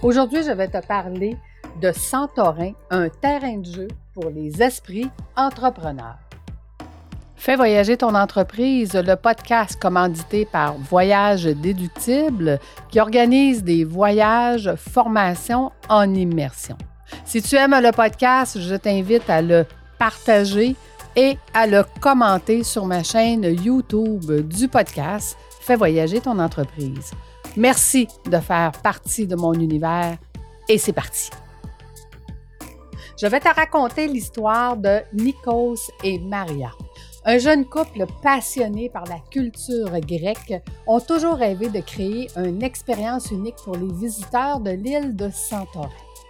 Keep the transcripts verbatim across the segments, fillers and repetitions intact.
Aujourd'hui, je vais te parler de Santorin, un terrain de jeu pour les esprits entrepreneurs. Fais voyager ton entreprise, le podcast commandité par Voyage Déductible qui organise des voyages, formations en immersion. Si tu aimes le podcast, je t'invite à le partager et à le commenter sur ma chaîne YouTube du podcast Fais voyager ton entreprise. Merci de faire partie de mon univers et c'est parti. Je vais te raconter l'histoire de Nikos et Maria. Un jeune couple passionné par la culture grecque ont toujours rêvé de créer une expérience unique pour les visiteurs de l'île de Santorin.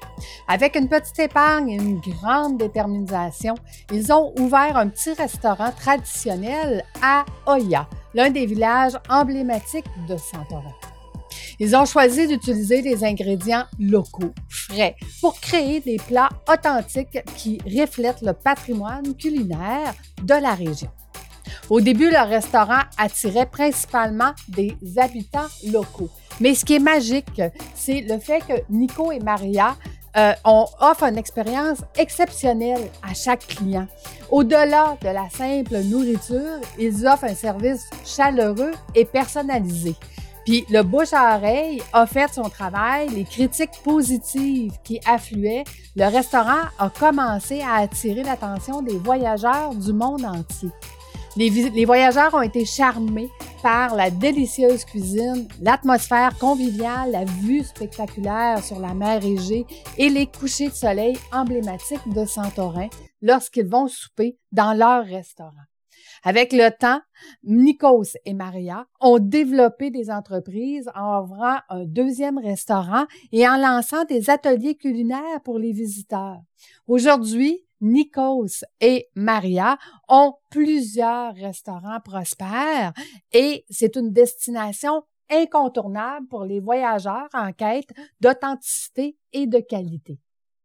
Avec une petite épargne et une grande détermination, ils ont ouvert un petit restaurant traditionnel à Oia, l'un des villages emblématiques de Santorin. Ils ont choisi d'utiliser des ingrédients locaux, frais, pour créer des plats authentiques qui reflètent le patrimoine culinaire de la région. Au début, le restaurant attirait principalement des habitants locaux. Mais ce qui est magique, c'est le fait que Nico et Maria euh, on offre une expérience exceptionnelle à chaque client. Au-delà de la simple nourriture, ils offrent un service chaleureux et personnalisé. Puis le bouche à oreille a fait son travail, les critiques positives qui affluaient, le restaurant a commencé à attirer l'attention des voyageurs du monde entier. Les, les voyageurs ont été charmés par la délicieuse cuisine, l'atmosphère conviviale, la vue spectaculaire sur la mer Égée et les couchers de soleil emblématiques de Santorin lorsqu'ils vont souper dans leur restaurant. Avec le temps, Nikos et Maria ont développé des entreprises en ouvrant un deuxième restaurant et en lançant des ateliers culinaires pour les visiteurs. Aujourd'hui, Nikos et Maria ont plusieurs restaurants prospères et c'est une destination incontournable pour les voyageurs en quête d'authenticité et de qualité.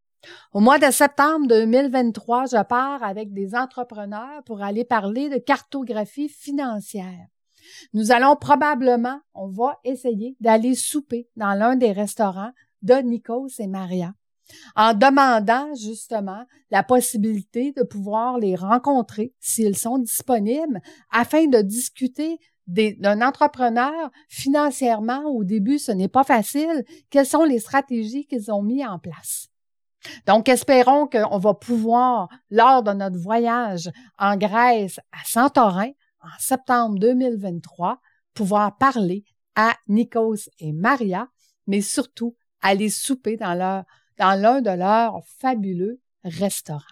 Au mois de septembre deux mille vingt-trois, je pars avec des entrepreneurs pour aller parler de cartographie financière. Nous allons probablement, on va essayer d'aller souper dans l'un des restaurants de Nikos et Maria, en demandant justement la possibilité de pouvoir les rencontrer s'ils sont disponibles afin de discuter des, d'un entrepreneur financièrement. Au début, ce n'est pas facile. Quelles sont les stratégies qu'ils ont mises en place? Donc, espérons qu'on va pouvoir, lors de notre voyage en Grèce à Santorin, en septembre deux mille vingt-trois, pouvoir parler à Nikos et Maria, mais surtout aller souper dans, leur, dans l'un de leurs fabuleux restaurants.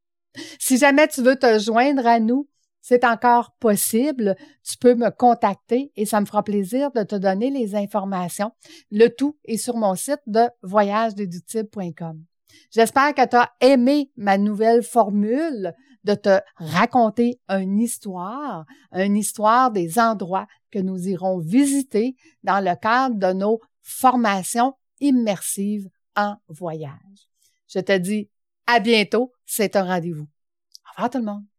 Si jamais tu veux te joindre à nous, c'est encore possible. Tu peux me contacter et ça me fera plaisir de te donner les informations. Le tout est sur mon site de voyage déductible point com. J'espère que tu as aimé ma nouvelle formule de te raconter une histoire, une histoire des endroits que nous irons visiter dans le cadre de nos formations immersives en voyage. Je te dis à bientôt, c'est un rendez-vous. Au revoir tout le monde.